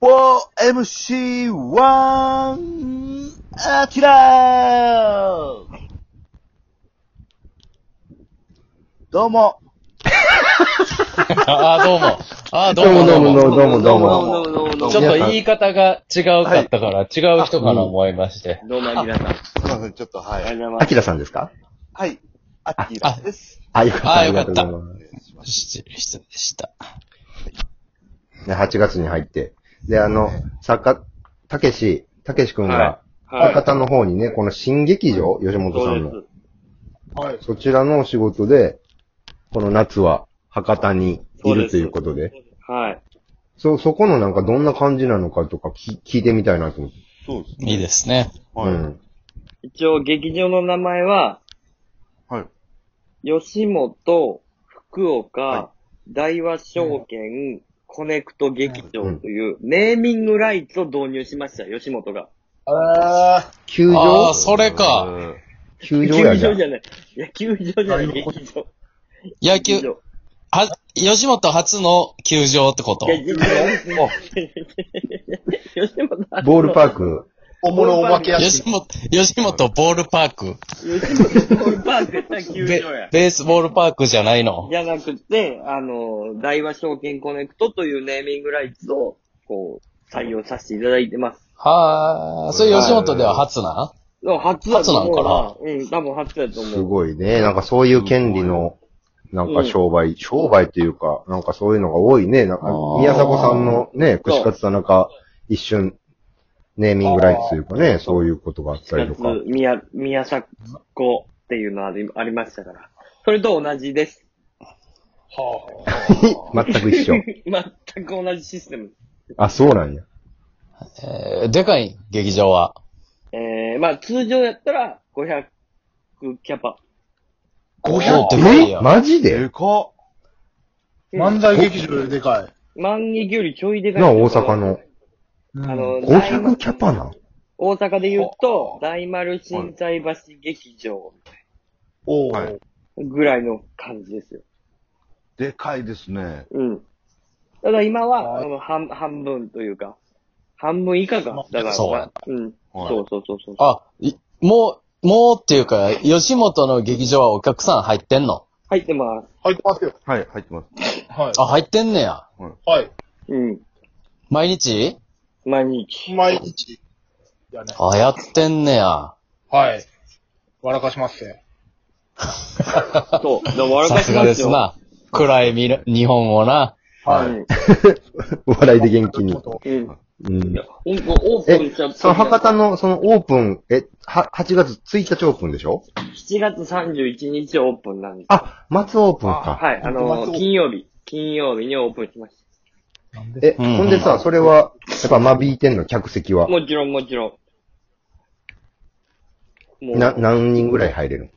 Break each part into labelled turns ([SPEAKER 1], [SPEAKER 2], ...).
[SPEAKER 1] 4MC1 アキラーどうも。
[SPEAKER 2] どうも。どうも。ちょっと言い方が違うかったから、違う人かな思いまして。
[SPEAKER 3] どうも、アキラさん。
[SPEAKER 1] すいません、ちょっと、はい。
[SPEAKER 4] アキラさんですか？
[SPEAKER 1] はい。アキラです。
[SPEAKER 4] よかった。
[SPEAKER 2] よかった。失礼でした。
[SPEAKER 4] 8月に入って。で、作家、たけしくんが、博多の方にね、この新劇場、吉本さんの。はい。そちらのお仕事で、この夏は博多にいるということで。
[SPEAKER 3] はい。
[SPEAKER 4] そこのなんかどんな感じなのかとか聞いてみたいなと思って。
[SPEAKER 1] そうですね。
[SPEAKER 2] いいですね。
[SPEAKER 4] はい。
[SPEAKER 3] 一応劇場の名前は、
[SPEAKER 1] はい。
[SPEAKER 3] 吉本、福岡、大和証券、コネクト劇場というネーミングライツを導入しました、吉本が。
[SPEAKER 4] 球場？
[SPEAKER 2] それか。
[SPEAKER 4] 球場やじゃん。
[SPEAKER 3] 球場じゃない。いや、球場じゃない、劇場。
[SPEAKER 2] 野球、吉本初の球場ってこと？
[SPEAKER 3] 吉本
[SPEAKER 4] ボールパーク。
[SPEAKER 1] おもろお化け屋
[SPEAKER 2] 敷。吉本ボールパーク。
[SPEAKER 3] 吉本ボールパークやったら球場や。
[SPEAKER 2] ベースボールパークじゃないの？
[SPEAKER 3] じゃなくて、大和証券コネクトというネーミングライツを、採用させていただいてます。
[SPEAKER 2] それ吉本では初な？
[SPEAKER 3] 初だと思うな。
[SPEAKER 2] 初
[SPEAKER 3] 多分初だと思う。
[SPEAKER 4] すごいね。なんかそういう権利の、なんか商売っていうか、なんかそういうのが多いね。なんか、宮迫さんのね、串カツ田中、一瞬、ネーミングライツというかね、そういうことがあったりとか。
[SPEAKER 3] 宮迫っていうのはありましたから。それと同じです。
[SPEAKER 4] 全く一緒。
[SPEAKER 3] 全く同じシステム。
[SPEAKER 4] そうなんや。
[SPEAKER 2] でかい劇場は。
[SPEAKER 3] 通常やったら500キャパ。
[SPEAKER 4] 500？マジで？
[SPEAKER 1] でかっ。
[SPEAKER 5] 漫才劇場よりでかい。
[SPEAKER 3] 漫劇よりちょいでかい。
[SPEAKER 4] 大阪の。500キャパな。
[SPEAKER 3] 大阪で言うと、大丸心斎橋劇場。ぐらいの感じですよ。
[SPEAKER 1] でかいですね。
[SPEAKER 3] うん。ただ今は、半分というか、半分以下か。だから。
[SPEAKER 2] そうや。
[SPEAKER 3] うん。そう。
[SPEAKER 2] もうっていうか、吉本の劇場はお客さん入ってんの？
[SPEAKER 3] 入ってます。
[SPEAKER 5] 入ってますよ。
[SPEAKER 1] はい、入ってます。
[SPEAKER 5] はい。
[SPEAKER 2] 入ってんねや。
[SPEAKER 5] はい。
[SPEAKER 3] うん。
[SPEAKER 2] 毎日？
[SPEAKER 3] 毎日。
[SPEAKER 5] やね。
[SPEAKER 2] やってんねや。
[SPEAKER 5] はい。笑かしますね。
[SPEAKER 3] そう。でも笑か
[SPEAKER 2] さすが
[SPEAKER 3] しまよ。
[SPEAKER 2] ですすな。暗い日本をな。
[SPEAKER 5] はい。
[SPEAKER 4] 笑いで元気に。
[SPEAKER 3] オープンしちゃった。
[SPEAKER 4] その博多の、そのオープン、8月1日オープンでしょ？
[SPEAKER 3] 7月31日オープンなんです。
[SPEAKER 4] 松オープンか。
[SPEAKER 3] はい、金曜日にオープンしました。
[SPEAKER 4] ほんでさ、それは、やっぱ間引いてんの、客席は。
[SPEAKER 3] もちろん。もう
[SPEAKER 4] 何人ぐらい入れる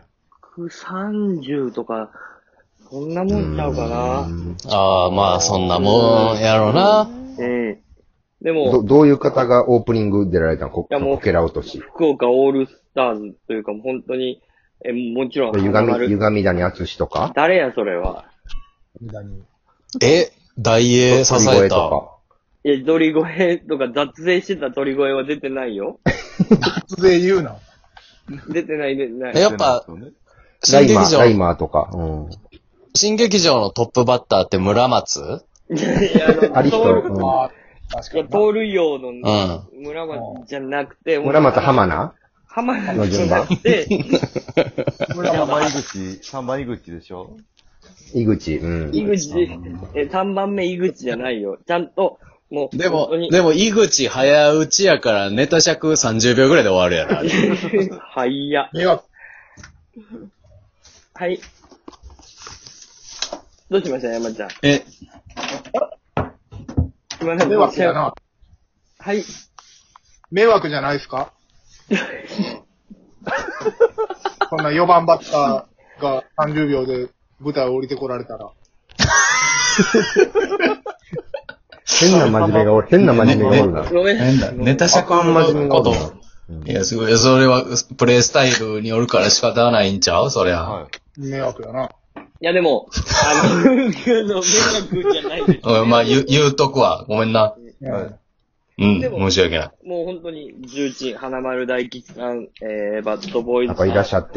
[SPEAKER 3] ？130とか、そんなもんちゃうかな。
[SPEAKER 2] まあ、そんなもんやろな。
[SPEAKER 3] でも、
[SPEAKER 4] どういう方がオープニング出られたの？こけら落とし。
[SPEAKER 3] 福岡オールスターズというか、もう本当に、もちろん。
[SPEAKER 4] 歪み谷敦とか？
[SPEAKER 3] 誰や、それは。
[SPEAKER 2] 大英支えた。
[SPEAKER 3] いや、鳥越とか雑税してた鳥越は出てないよ。
[SPEAKER 5] 雑税言うな。
[SPEAKER 3] 出てない。
[SPEAKER 2] やっぱ、
[SPEAKER 4] ライマーとか。
[SPEAKER 2] 新劇場のトップバッターって村松？
[SPEAKER 3] いや、
[SPEAKER 4] あり人。
[SPEAKER 3] いや、盗塁王の村松じゃなくて、
[SPEAKER 4] 村松浜名
[SPEAKER 3] の順番で、
[SPEAKER 1] 3番井口でしょ？
[SPEAKER 4] 井口、
[SPEAKER 3] 井口、3番目井口じゃないよ。ちゃんと、もう。
[SPEAKER 2] でも、井口早打ちやからネタ尺30秒ぐらいで終わるやろ。
[SPEAKER 3] はいや。はい。どうしました山ちゃん。
[SPEAKER 5] 迷惑やな。
[SPEAKER 3] はい。
[SPEAKER 5] 迷惑じゃないですか？こんな4番バッターが30秒で舞台を降りてこられたら。
[SPEAKER 4] 変な真面目がおるな。
[SPEAKER 3] ごめん。
[SPEAKER 2] ネタ尺のこと。いや、すごい。それは、プレイスタイルによるから仕方ないんちゃう？そりゃ。
[SPEAKER 5] 迷惑やな。
[SPEAKER 3] いやでも、迷惑じゃないです、ね。
[SPEAKER 2] まあ、言うとくわ。ごめんな。 うん、
[SPEAKER 3] でも
[SPEAKER 2] 申し訳ない。
[SPEAKER 3] もう本当に重鎮、花丸大吉さん、バッドボーイズさん。
[SPEAKER 4] やっぱいらっしゃって。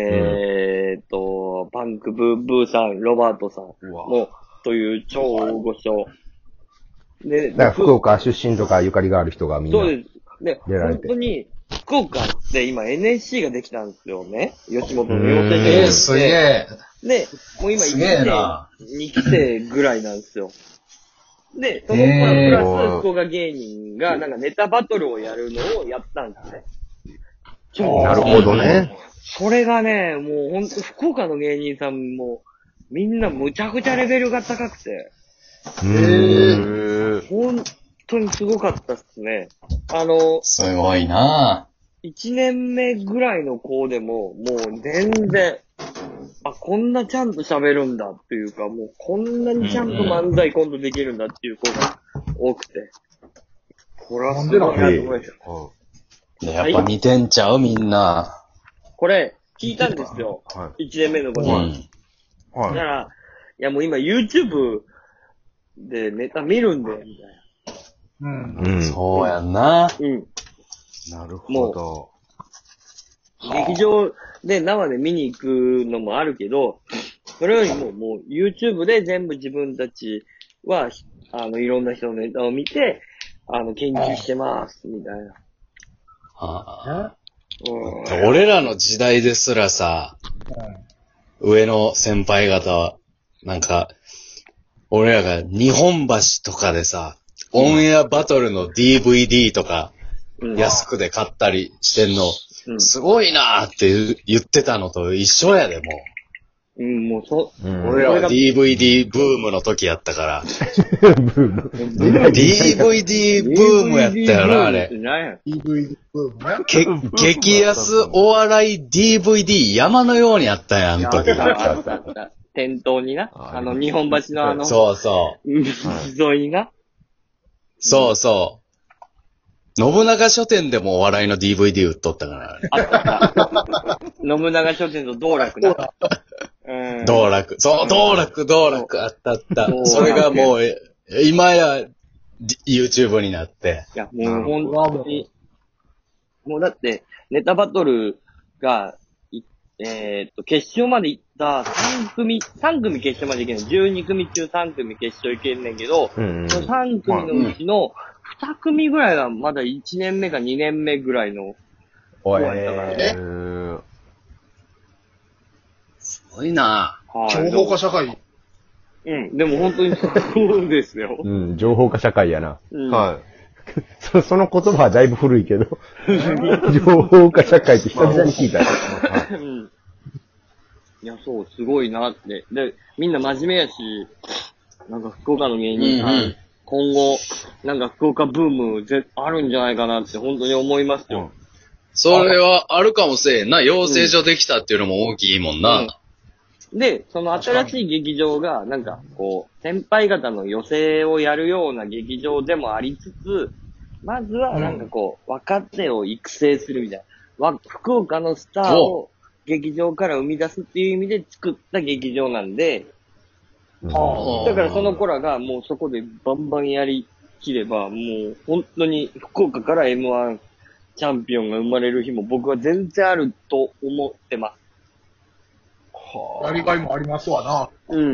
[SPEAKER 3] パンクブーブーさん、ロバートさんも、という超大御所。で、
[SPEAKER 4] だから福岡出身とかゆかりがある人がみんな。
[SPEAKER 3] そうです。で、
[SPEAKER 4] 出られて
[SPEAKER 3] 本当に、福岡って今 NSC ができたんですよね。吉本の養成所
[SPEAKER 2] すげえ。
[SPEAKER 3] で、もう今
[SPEAKER 2] すげえな
[SPEAKER 3] 2期生ぐらいなんですよ。で、そのプラス福岡芸人がなんかネタバトルをやるのをやったんですね。
[SPEAKER 4] なるほどね。
[SPEAKER 3] それがね、もうほんと福岡の芸人さんもみんなむちゃくちゃレベルが高くて。本当にすごかったっすね。
[SPEAKER 2] すごいな
[SPEAKER 3] 1年目ぐらいの子でも、もう全然、こんなちゃんと喋るんだっていうか、もうこんなにちゃんと漫才コントできるんだっていう子が多くて。これはすごいなと思いました。
[SPEAKER 2] やっぱ似てんちゃうみんな。
[SPEAKER 3] これ、聞いたんですよ。1年目の子に。だから、いやもう今 YouTube でネタ見るんで、みたい
[SPEAKER 2] な。そうやんな。
[SPEAKER 1] なるほど。
[SPEAKER 3] 劇場で生で見に行くのもあるけど、それよりももう YouTube で全部自分たちは、いろんな人のネタを見て、研究してます、みたいな。
[SPEAKER 2] 俺らの時代ですらさ、上の先輩方は、なんか、俺らが日本橋とかでさ、オンエアバトルの DVD とか、安くで買ったりしてんの、すごいなーって言ってたのと一緒やで、もう。
[SPEAKER 3] もう
[SPEAKER 2] 俺らは DVD ブームの時やったから。DVD ブームやったよな、あれ。
[SPEAKER 5] DVD ブームね。
[SPEAKER 2] 激安お笑い DVD 山のようにあったやん、あの時。
[SPEAKER 3] 店頭にな。日本橋の
[SPEAKER 2] そうそう。
[SPEAKER 3] 道沿いにな。
[SPEAKER 2] そうそう。信長書店でもお笑いの DVD 売っとったから。
[SPEAKER 3] 信長書店と道楽な。
[SPEAKER 2] 道楽。そう、道楽あったあった。それがもう、今や YouTube になって。
[SPEAKER 3] いや、もう本当に。もうだって、ネタバトルが、決勝まで行った3組決勝まで行けんの。12組中3組決勝行けんねんけど、その3組のうちの2組ぐらいがまだ1年目か2年目ぐらいの子やったからね。
[SPEAKER 2] すごいな
[SPEAKER 5] 情報化社会。
[SPEAKER 3] でも本当にそうですよ。
[SPEAKER 4] 情報化社会やな。
[SPEAKER 1] はい。
[SPEAKER 4] その言葉はだいぶ古いけど、情報化社会って久々に聞いた。
[SPEAKER 3] いや、そう、すごいなって。で、みんな真面目やし、なんか福岡の芸人さん、今後、なんか福岡ブームあるんじゃないかなって本当に思いますよ。
[SPEAKER 2] それはあるかもしれんな。養成所できたっていうのも大きいもんな。
[SPEAKER 3] で、その新しい劇場が、なんか、こう、先輩方の寄席をやるような劇場でもありつつ、まずはなんかこう、若手を育成するみたいな。福岡のスターを劇場から生み出すっていう意味で作った劇場なんで、だからその子らがもうそこでバンバンやりきれば、もう本当に福岡から M1 チャンピオンが生まれる日も僕は全然あると思ってます。
[SPEAKER 5] やりがいもありますわな。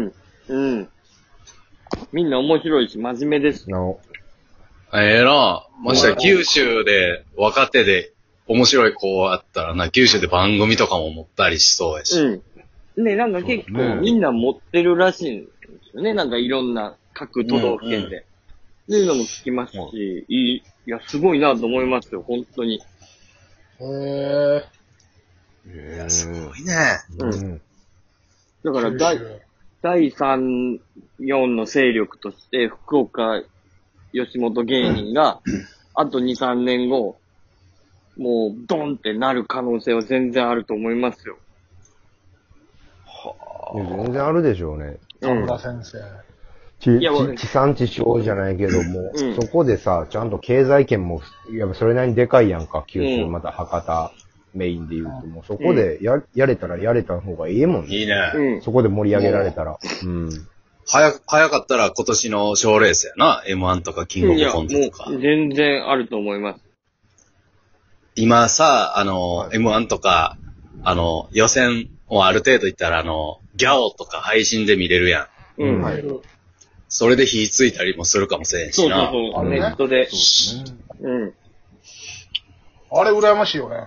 [SPEAKER 3] みんな面白いし、真面目です。
[SPEAKER 2] ええな。もしか九州で若手で面白い子あったらな、九州で番組とかも持ったりしそうやし。
[SPEAKER 3] ね、なんか結構みんな持ってるらしいんですよね。なんかいろんな各都道府県で。っていうのも聞きますし、いや、すごいなと思いますよ、本当に。
[SPEAKER 2] いや、すごいね。
[SPEAKER 3] だから第3、4の勢力として、福岡、吉本芸人が、あと2、3年後、もう、ドンってなる可能性は全然あると思いますよ。
[SPEAKER 4] 全然あるでしょうね。
[SPEAKER 5] 田村先生。
[SPEAKER 4] 地産地消じゃないけども、そこでさ、ちゃんと経済圏も、いや、それなりにでかいやんか、九州、また博多メインで言うと、もうそこでやれたらやれた方がいいもんね。
[SPEAKER 2] いいね。
[SPEAKER 4] そこで盛り上げられたら。
[SPEAKER 2] 早かったら今年の賞レースやな。M1 とかキングオブコントとか。
[SPEAKER 3] もう全然あると思います。
[SPEAKER 2] 今さ、M1 とか、予選をある程度いったら、ギャオとか配信で見れるやん。
[SPEAKER 3] うん。
[SPEAKER 5] はい。
[SPEAKER 2] それで火ついたりもするかもしれんしな。
[SPEAKER 3] そう、ネットで。うん。
[SPEAKER 5] あれ羨ましいよね。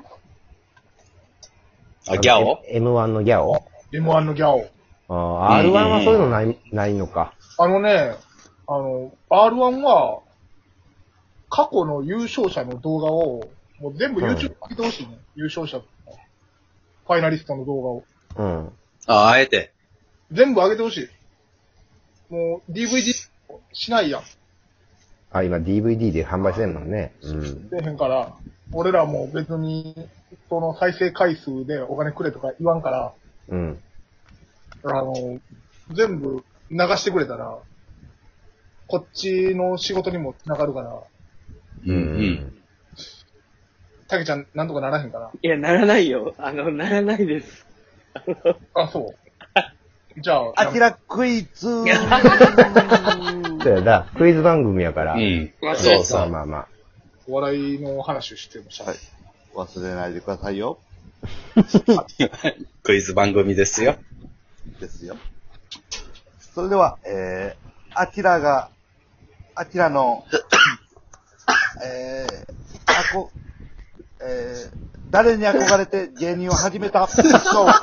[SPEAKER 2] あ、ギャオ
[SPEAKER 4] ?M1 のギャオ
[SPEAKER 5] ?M1 のギャオ。
[SPEAKER 4] R1 はそういうのないのか。
[SPEAKER 5] R1 は、過去の優勝者の動画を、もう全部 YouTube 上げてほしいね。優勝者、ファイナリストの動画を。
[SPEAKER 4] うん。
[SPEAKER 2] あえて。
[SPEAKER 5] 全部上げてほしい。もう DVD しないやん。
[SPEAKER 4] 今 DVD で販売してんもんね。うん。
[SPEAKER 5] 出へんから、俺らも別に、その再生回数でお金くれとか言わんから、
[SPEAKER 4] うん。
[SPEAKER 5] 全部流してくれたら、こっちの仕事にも繋がるから、
[SPEAKER 2] うん。
[SPEAKER 5] たけちゃんなんとかならへんかな。
[SPEAKER 3] いや、ならないよ。ならないです。
[SPEAKER 5] あ、そう。じゃあ。
[SPEAKER 1] あきらクイズ
[SPEAKER 4] そうやな。クイズ番組やから。
[SPEAKER 2] うん。
[SPEAKER 3] そう
[SPEAKER 2] そう。
[SPEAKER 4] まあまあ。
[SPEAKER 5] お笑いの話してました。
[SPEAKER 1] はい。忘れないでくださいよ。
[SPEAKER 2] クイズ番組ですよ。
[SPEAKER 1] ですよ。それでは、アキラの、誰に憧れて芸人を始めたでしょう。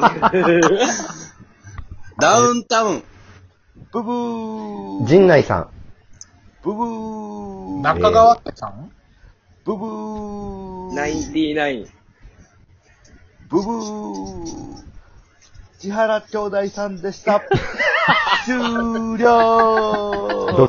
[SPEAKER 2] ダウンタウン。
[SPEAKER 1] ブブー。
[SPEAKER 4] 陣内さん。
[SPEAKER 1] ブブー。
[SPEAKER 5] 中川さん、
[SPEAKER 1] ブブー。
[SPEAKER 3] ナインティナイン。
[SPEAKER 1] ブブー。千原兄弟さんでした。終了。